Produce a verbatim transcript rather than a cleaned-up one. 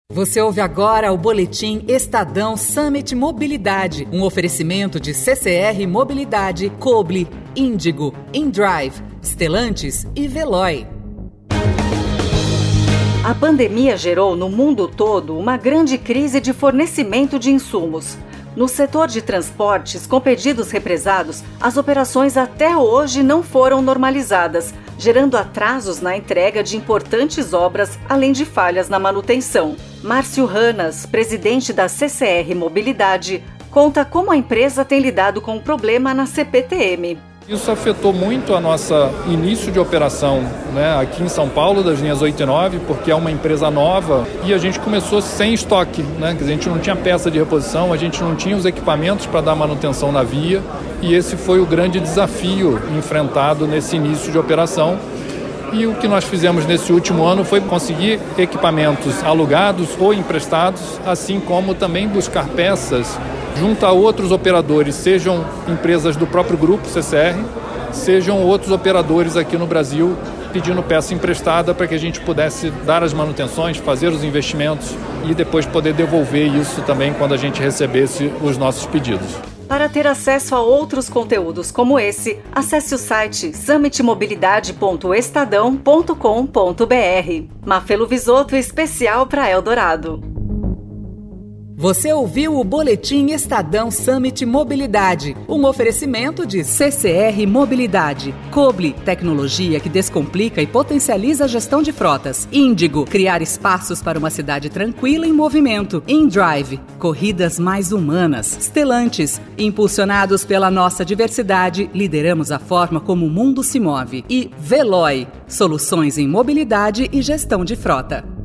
Você ouve agora o Boletim Estadão Summit Mobilidade, um oferecimento de C C R Mobilidade, Coble, Índigo, InDrive, Stellantis e Veloy. A pandemia gerou no mundo todo uma grande crise de fornecimento de insumos. No setor de transportes, com pedidos represados, as operações até hoje não foram normalizadas, gerando atrasos na entrega de importantes obras, além de falhas na manutenção. Márcio Ranas, presidente da C C R Mobilidade, conta como a empresa tem lidado com o problema na C P T M. Isso afetou muito a nossa início de operação, né, aqui em São Paulo, das linhas oito e nove, porque é uma empresa nova e a gente começou sem estoque, né, a gente não tinha peça de reposição, a gente não tinha os equipamentos para dar manutenção na via, e esse foi o grande desafio enfrentado nesse início de operação. E o que nós fizemos nesse último ano foi conseguir equipamentos alugados ou emprestados, assim como também buscar peças junto a outros operadores, sejam empresas do próprio grupo C C R, sejam outros operadores aqui no Brasil, pedindo peça emprestada para que a gente pudesse dar as manutenções, fazer os investimentos e depois poder devolver isso também quando a gente recebesse os nossos pedidos. Para ter acesso a outros conteúdos como esse, acesse o site summit mobilidade ponto estadão ponto com ponto br. Mafelo Visoto, especial para Eldorado. Você ouviu o Boletim Estadão Summit Mobilidade, um oferecimento de C C R Mobilidade, Coble, tecnologia que descomplica e potencializa a gestão de frotas, Índigo, criar espaços para uma cidade tranquila em movimento, InDrive, corridas mais humanas, Stellantis, impulsionados pela nossa diversidade, lideramos a forma como o mundo se move, e Veloy, soluções em mobilidade e gestão de frota.